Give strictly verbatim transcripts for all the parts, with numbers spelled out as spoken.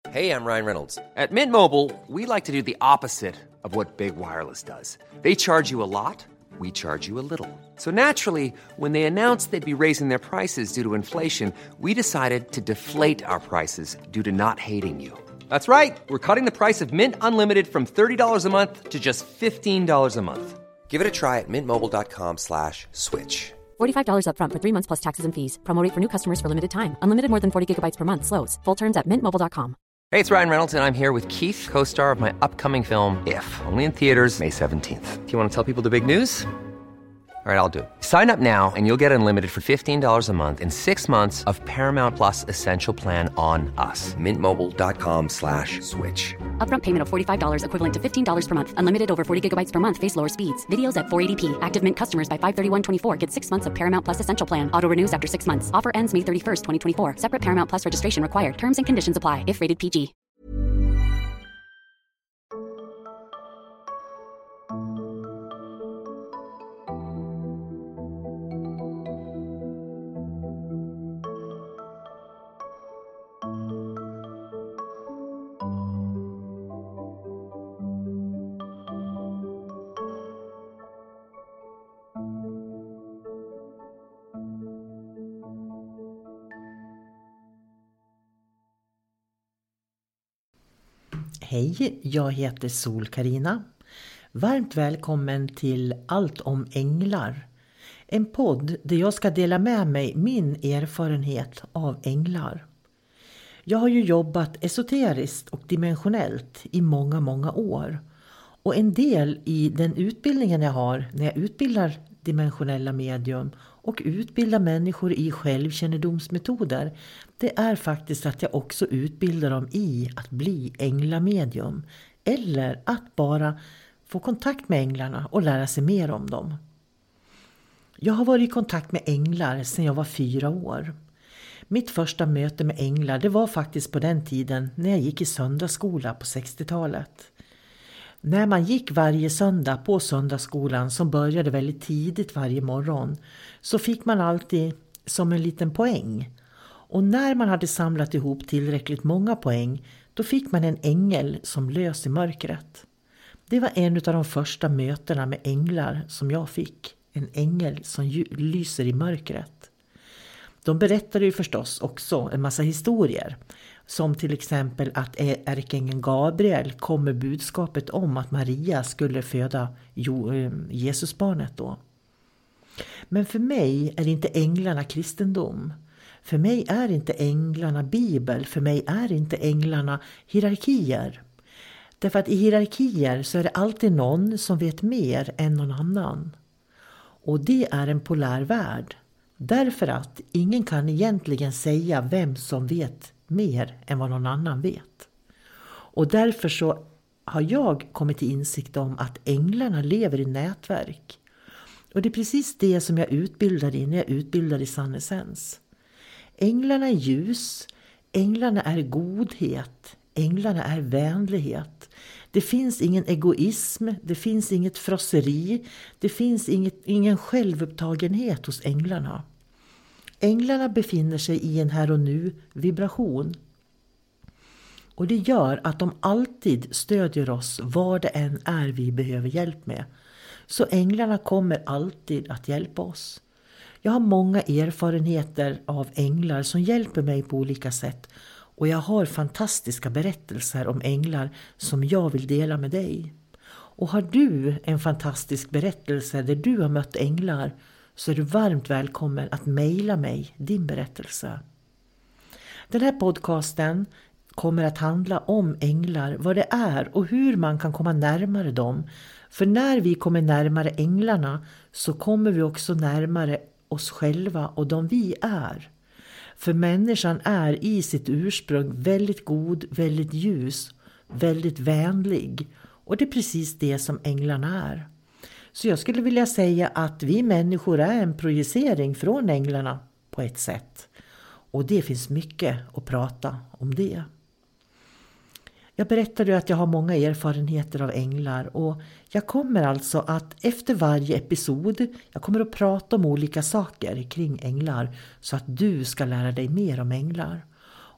Hey, I'm Ryan Reynolds. At Mint Mobile, we like to do the opposite of what Big Wireless does. They charge you a lot, we charge you a little. So naturally, when they announced they'd be raising their prices due to inflation, we decided to deflate our prices due to not hating you. That's right. We're cutting the price of Mint Unlimited from thirty dollars a month to just fifteen dollars a month. Give it a try at mintmobile.com slash switch. forty-five dollars up front for three months plus taxes and fees. Promo rate for new customers for limited time. Unlimited more than forty gigabytes per month slows. Full terms at mint mobile dot com. Hey, it's Ryan Reynolds, and I'm here with Keith, co-star of my upcoming film, If, only in theaters May seventeenth. Do you want to tell people the big news? All right, I'll do it. Sign up now and you'll get unlimited for fifteen dollars a month and six months of Paramount Plus Essential Plan on us. Mintmobile.com slash switch. Upfront payment of forty-five dollars equivalent to fifteen dollars per month. Unlimited over forty gigabytes per month. Face lower speeds. Videos at four eighty p. Active Mint customers by five thirty-one twenty-four get six months of Paramount Plus Essential Plan. Auto renews after six months. Offer ends May thirty-first, twenty twenty-four. Separate Paramount Plus registration required. Terms and conditions apply if rated P G. Hej, jag heter Sol-Carina. Varmt välkommen till Allt om änglar. En podd där jag ska dela med mig min erfarenhet av änglar. Jag har ju jobbat esoteriskt och dimensionellt i många, många år. Och en del i den utbildningen jag har när jag utbildar dimensionella medium och utbildar människor i självkännedomsmetoder, det är faktiskt att jag också utbildar dem i att bli änglamedium eller att bara få kontakt med änglarna och lära sig mer om dem. Jag har varit i kontakt med änglar sedan jag var fyra år. Mitt första möte med änglar, det var faktiskt på den tiden när jag gick i söndagsskola på sextiotalet. När man gick varje söndag på söndagsskolan som började väldigt tidigt varje morgon så fick man alltid som en liten poäng. Och när man hade samlat ihop tillräckligt många poäng då fick man en ängel som lös i mörkret. Det var en av de första mötena med änglar som jag fick. En ängel som lyser i mörkret. De berättade ju förstås också en massa historier. Som till exempel att ärkeängeln Gabriel kom med budskapet om att Maria skulle föda Jesusbarnet då. Men för mig är inte änglarna kristendom. För mig är inte änglarna Bibel. För mig är inte änglarna hierarkier. Därför att i hierarkier så är det alltid någon som vet mer än någon annan. Och det är en polär värld. Därför att ingen kan egentligen säga vem som vet mer än vad någon annan vet. Och därför så har jag kommit till insikt om att änglarna lever i nätverk. Och det är precis det som jag utbildar i när jag utbildar i sann essens. Änglarna är ljus, änglarna är godhet, änglarna är vänlighet. Det finns ingen egoism, det finns inget frosseri, det finns inget, ingen självupptagenhet hos änglarna. Änglarna befinner sig i en här och nu vibration. Och det gör att de alltid stödjer oss vad det än är vi behöver hjälp med. Så änglarna kommer alltid att hjälpa oss. Jag har många erfarenheter av änglar som hjälper mig på olika sätt. Och jag har fantastiska berättelser om änglar som jag vill dela med dig. Och har du en fantastisk berättelse där du har mött änglar så är du varmt välkommen att mejla mig din berättelse. Den här podcasten kommer att handla om änglar, vad det är och hur man kan komma närmare dem. För när vi kommer närmare änglarna så kommer vi också närmare oss själva och de vi är. För människan är i sitt ursprung väldigt god, väldigt ljus, väldigt vänlig. Och det är precis det som änglarna är. Så jag skulle vilja säga att vi människor är en projicering från änglarna på ett sätt. Och det finns mycket att prata om det. Jag berättade att jag har många erfarenheter av änglar och jag kommer alltså att efter varje episod, jag kommer att prata om olika saker kring änglar så att du ska lära dig mer om änglar.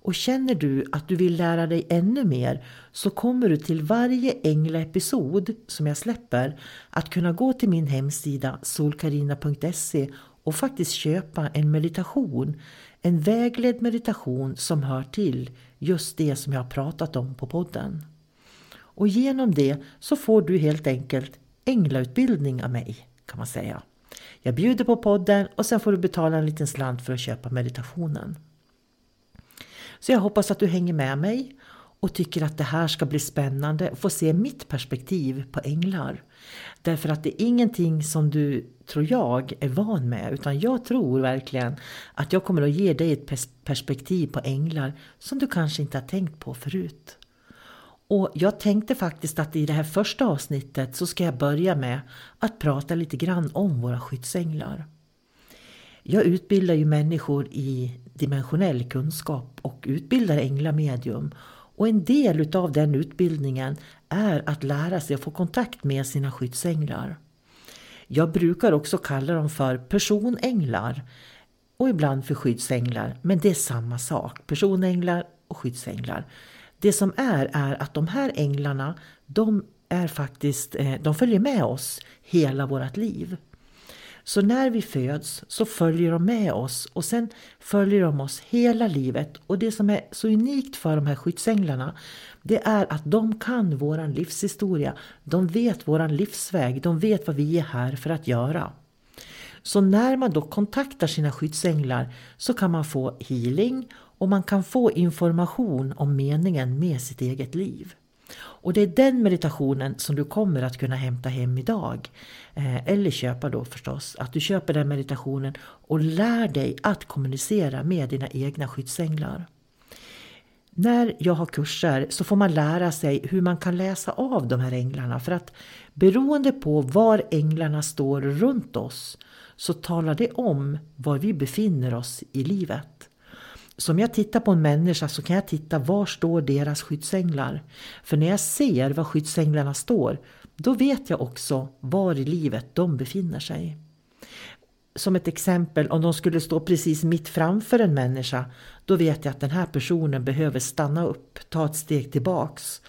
Och känner du att du vill lära dig ännu mer så kommer du till varje änglaepisod som jag släpper att kunna gå till min hemsida solkarina punkt se och faktiskt köpa en meditation, en vägledd meditation som hör till just det som jag har pratat om på podden. Och genom det så får du helt enkelt änglautbildning av mig, kan man säga. Jag bjuder på podden och sen får du betala en liten slant för att köpa meditationen. Så jag hoppas att du hänger med mig och tycker att det här ska bli spännande och få se mitt perspektiv på änglar. Därför att det är ingenting som du, tror jag, är van med, utan jag tror verkligen att jag kommer att ge dig ett perspektiv på änglar som du kanske inte har tänkt på förut. Och jag tänkte faktiskt att i det här första avsnittet så ska jag börja med att prata lite grann om våra skyddsänglar. Jag utbildar ju människor i dimensionell kunskap och utbildar änglamedium. Och en del av den utbildningen är att lära sig att få kontakt med sina skyddsänglar. Jag brukar också kalla dem för personänglar och ibland för skyddsänglar. Men det är samma sak, personänglar och skyddsänglar. Det som är är att de här änglarna, de är faktiskt, de följer med oss hela vårt liv. Så när vi föds så följer de med oss och sen följer de oss hela livet. Och det som är så unikt för de här skyddsänglarna, det är att de kan våran livshistoria. De vet våran livsväg, de vet vad vi är här för att göra. Så när man då kontaktar sina skyddsänglar så kan man få healing och man kan få information om meningen med sitt eget liv. Och det är den meditationen som du kommer att kunna hämta hem idag. Eh, eller köpa då förstås. Att du köper den meditationen och lär dig att kommunicera med dina egna skyddsänglar. När jag har kurser så får man lära sig hur man kan läsa av de här änglarna. För att beroende på var änglarna står runt oss så talar det om var vi befinner oss i livet. Så om jag tittar på en människa så kan jag titta var står deras skyddsänglar. För när jag ser var skyddsänglarna står, då vet jag också var i livet de befinner sig. Som ett exempel, om de skulle stå precis mitt framför en människa, då vet jag att den här personen behöver stanna upp, ta ett steg tillbaks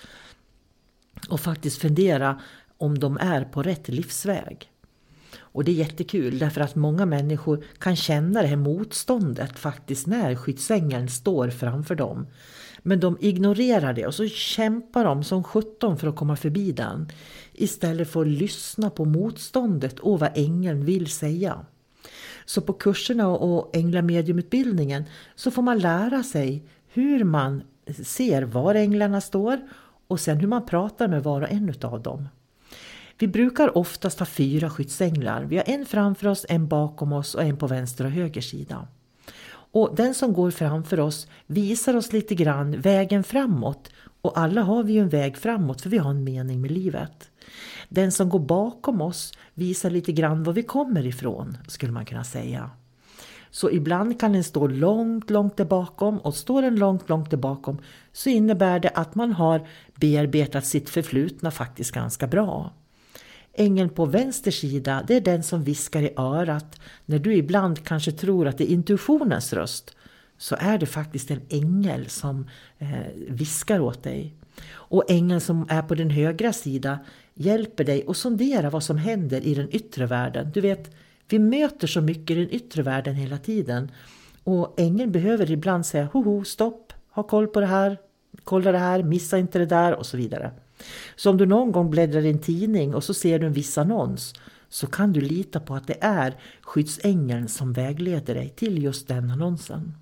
och faktiskt fundera om de är på rätt livsväg. Och det är jättekul därför att många människor kan känna det här motståndet faktiskt när skyddsängeln står framför dem. Men de ignorerar det och så kämpar de som sjutton för att komma förbi den. Istället för att lyssna på motståndet och vad ängeln vill säga. Så på kurserna och änglamediumutbildningen så får man lära sig hur man ser var änglarna står och sen hur man pratar med var och en av dem. Vi brukar oftast ha fyra skyddsänglar. Vi har en framför oss, en bakom oss och en på vänster och höger sida. Och den som går framför oss visar oss lite grann vägen framåt. Och alla har vi ju en väg framåt för vi har en mening med livet. Den som går bakom oss visar lite grann var vi kommer ifrån, skulle man kunna säga. Så ibland kan den stå långt, långt där bakom, och står den långt, långt där bakom så innebär det att man har bearbetat sitt förflutna faktiskt ganska bra. Ängeln på vänster sida, det är den som viskar i örat. När du ibland kanske tror att det är intuitionens röst, så är det faktiskt en ängel som eh, viskar åt dig. Och ängeln som är på den högra sida hjälper dig att sondera vad som händer i den yttre världen. Du vet, vi möter så mycket i den yttre världen hela tiden. Och ängeln behöver ibland säga, hoho, stopp, ha koll på det här, kolla det här, missa inte det där och så vidare. Så om du någon gång bläddrar i en tidning och så ser du en viss annons, så kan du lita på att det är skyddsängeln som vägleder dig till just den annonsen.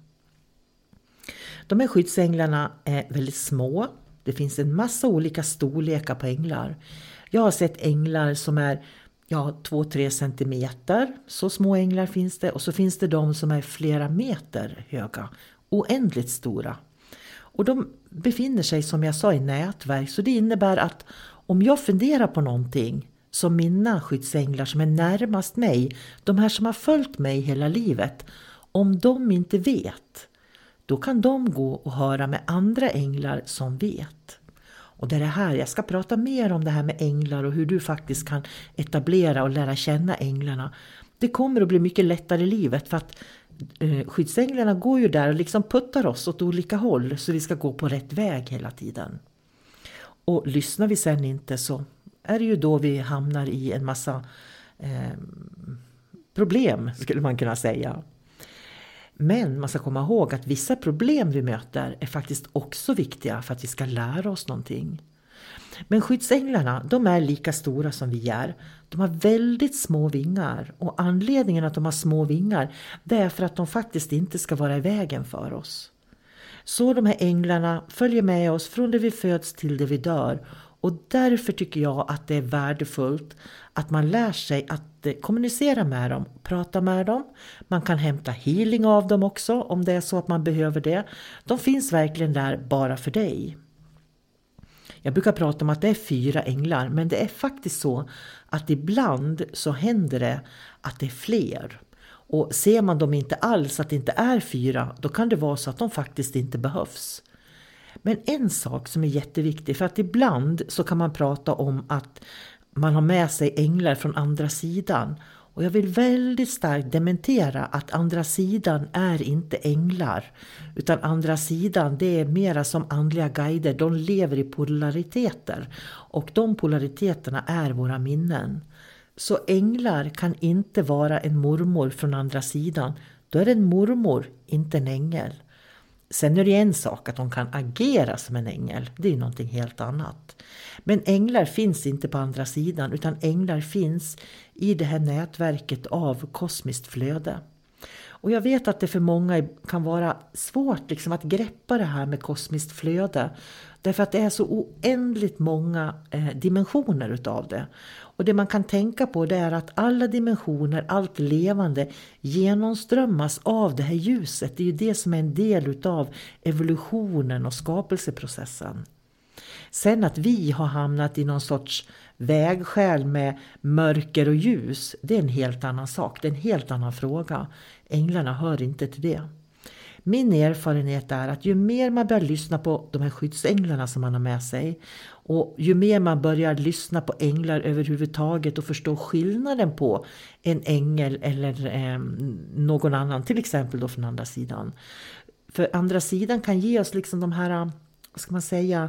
De här skyddsänglarna är väldigt små. Det finns en massa olika storlekar på änglar. Jag har sett änglar som är ja, två till tre centimeter. Så små änglar finns det. Och så finns det de som är flera meter höga. Oändligt stora. Och de befinner sig, som jag sa, i nätverk. Så det innebär att om jag funderar på någonting, som mina skyddsänglar som är närmast mig, de här som har följt mig hela livet, om de inte vet, då kan de gå och höra med andra änglar som vet. Och det är det här, jag ska prata mer om det här med änglar och hur du faktiskt kan etablera och lära känna änglarna. Det kommer att bli mycket lättare i livet, för att eh, skyddsänglarna går ju där och liksom puttar oss åt olika håll så vi ska gå på rätt väg hela tiden. Och lyssnar vi sen inte så är det ju då vi hamnar i en massa eh, problem, skulle man kunna säga. Men man ska komma ihåg att vissa problem vi möter är faktiskt också viktiga för att vi ska lära oss någonting. Men skyddsänglarna, de är lika stora som vi är. De har väldigt små vingar, och anledningen att de har små vingar, det är för att de faktiskt inte ska vara i vägen för oss. Så de här änglarna följer med oss från det vi föds till det vi dör, och därför tycker jag att det är värdefullt att man lär sig att kommunicera med dem, prata med dem. Man kan hämta healing av dem också om det är så att man behöver det. De finns verkligen där bara för dig. Jag brukar prata om att det är fyra änglar, men det är faktiskt så att ibland så händer det att det är fler. Och ser man dem inte alls, att det inte är fyra, då kan det vara så att de faktiskt inte behövs. Men en sak som är jätteviktig, för att ibland så kan man prata om att man har med sig änglar från andra sidan. Och jag vill väldigt starkt dementera att andra sidan är inte änglar. Utan andra sidan, det är mera som andliga guider. De lever i polariteter. Och de polariteterna är våra minnen. Så änglar kan inte vara en mormor från andra sidan. Då är det en mormor, inte en ängel. Sen är det en sak att de kan agera som en ängel. Det är någonting helt annat. Men änglar finns inte på andra sidan, utan änglar finns i det här nätverket av kosmiskt flöde. Och jag vet att det för många kan vara svårt liksom att greppa det här med kosmiskt flöde. Därför att det är så oändligt många eh, dimensioner utav det. Och det man kan tänka på, det är att alla dimensioner, allt levande genomströmmas av det här ljuset. Det är ju det som är en del utav evolutionen och skapelseprocessen. Sen att vi har hamnat i någon sorts vägskäl med mörker och ljus, det är en helt annan sak. Det är en helt annan fråga. Änglarna hör inte till det. Min erfarenhet är att ju mer man börjar lyssna på de här skyddsänglarna som man har med sig, och ju mer man börjar lyssna på änglar överhuvudtaget och förstå skillnaden på en ängel eller eh, någon annan, till exempel då från andra sidan. För andra sidan kan ge oss liksom de här, vad ska man säga,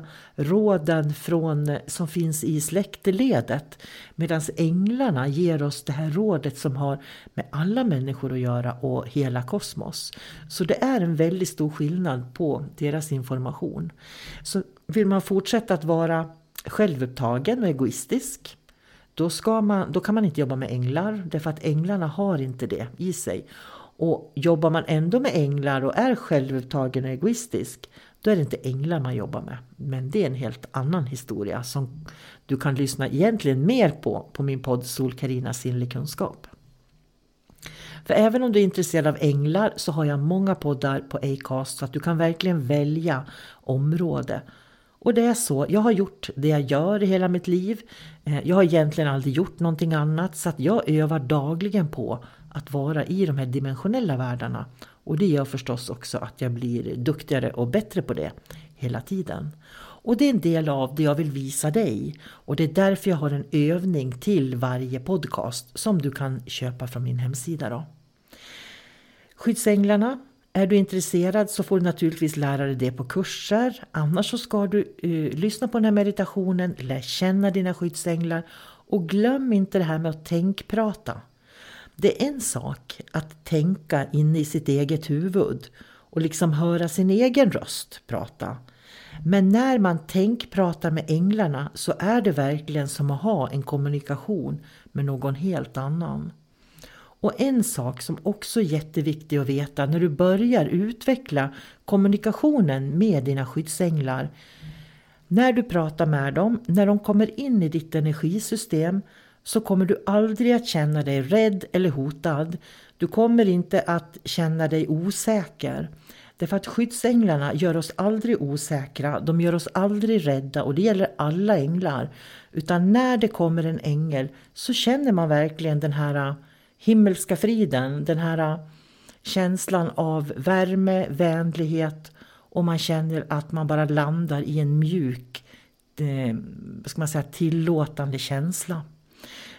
råden från, som finns i släkteledet. Medan änglarna ger oss det här rådet som har med alla människor att göra och hela kosmos. Så det är en väldigt stor skillnad på deras information. Så vill man fortsätta att vara självupptagen och egoistisk, då, ska man, då kan man inte jobba med änglar. Därför att änglarna har inte det i sig. Och jobbar man ändå med änglar och är självupptagen och egoistisk, då är det inte änglar man jobbar med. Men det är en helt annan historia som du kan lyssna egentligen mer på på min podd Sol-Karinas sinnlig kunskap. För även om du är intresserad av änglar så har jag många poddar på Acast så att du kan verkligen välja område. Och det är så, jag har gjort det jag gör i hela mitt liv. Jag har egentligen aldrig gjort någonting annat, så att jag övar dagligen på att vara i de här dimensionella världarna. Och det gör förstås också att jag blir duktigare och bättre på det hela tiden. Och det är en del av det jag vill visa dig. Och det är därför jag har en övning till varje podcast som du kan köpa från min hemsida då. Skyddsänglarna. Är du intresserad så får du naturligtvis lära dig det på kurser. Annars så ska du uh, lyssna på den här meditationen, lär känna dina skyddsänglar. Och glöm inte det här med att tänkprata. Det är en sak att tänka in i sitt eget huvud och liksom höra sin egen röst prata. Men när man tänkpratar med änglarna så är det verkligen som att ha en kommunikation med någon helt annan. Och en sak som också är jätteviktig att veta när du börjar utveckla kommunikationen med dina skyddsänglar. När du pratar med dem, när de kommer in i ditt energisystem, så kommer du aldrig att känna dig rädd eller hotad. Du kommer inte att känna dig osäker. Därför att skyddsänglarna gör oss aldrig osäkra. De gör oss aldrig rädda, och det gäller alla änglar. Utan när det kommer en ängel så känner man verkligen den här himmelska friden. Den här känslan av värme, vänlighet, och man känner att man bara landar i en mjuk, eh, vad ska man säga, tillåtande känsla.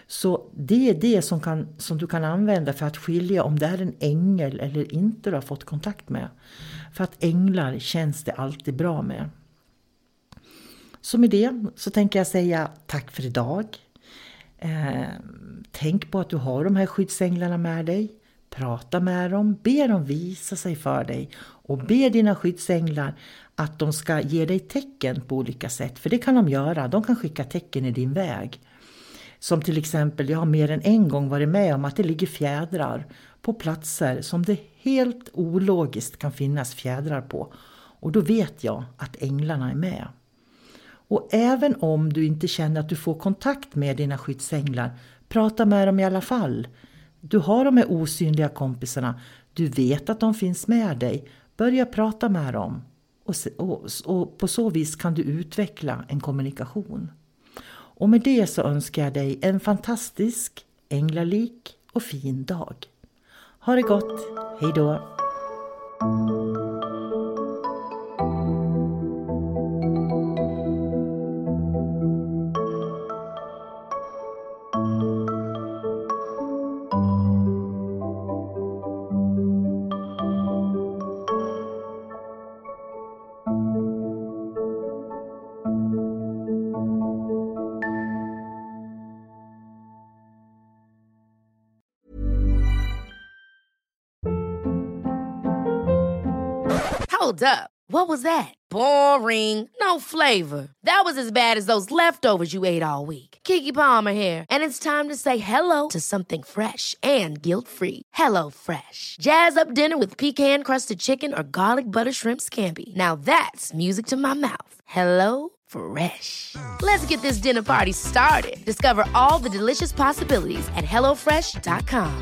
Så det är det som, kan, som du kan använda för att skilja om det är en ängel eller inte du har fått kontakt med. För att änglar känns det alltid bra med. Så med det så tänker jag säga tack för idag. Eh, tänk på att du har de här skyddsänglarna med dig. Prata med dem, be dem visa sig för dig. Och be dina skyddsänglar att de ska ge dig tecken på olika sätt. För det kan de göra, de kan skicka tecken i din väg. Som till exempel, jag har mer än en gång varit med om att det ligger fjädrar på platser som det helt ologiskt kan finnas fjädrar på. Och då vet jag att änglarna är med. Och även om du inte känner att du får kontakt med dina skyddsänglar, prata med dem i alla fall. Du har de här osynliga kompisarna, du vet att de finns med dig. Börja prata med dem och, och, och på så vis kan du utveckla en kommunikation. Och med det så önskar jag dig en fantastisk, änglalik och fin dag. Ha det gott, hej då! Hold up. What was that? Boring. No flavor. That was as bad as those leftovers you ate all week. Keke Palmer here, and it's time to say hello to something fresh and guilt-free. Hello Fresh. Jazz up dinner with pecan-crusted chicken or garlic butter shrimp scampi. Now that's music to my mouth. Hello Fresh. Let's get this dinner party started. Discover all the delicious possibilities at hello fresh dot com.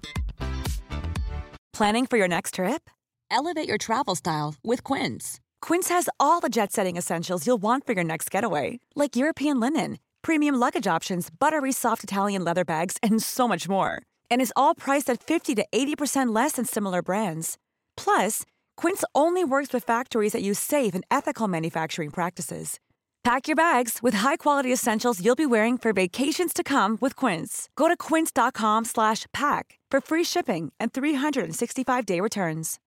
Planning for your next trip? Elevate your travel style with Quince. Quince has all the jet-setting essentials you'll want for your next getaway, like European linen, premium luggage options, buttery soft Italian leather bags, and so much more. And is all priced at fifty to eighty percent less than similar brands. Plus, Quince only works with factories that use safe and ethical manufacturing practices. Pack your bags with high-quality essentials you'll be wearing for vacations to come with Quince. Go to quince dot com slash pack for free shipping and three sixty-five day returns.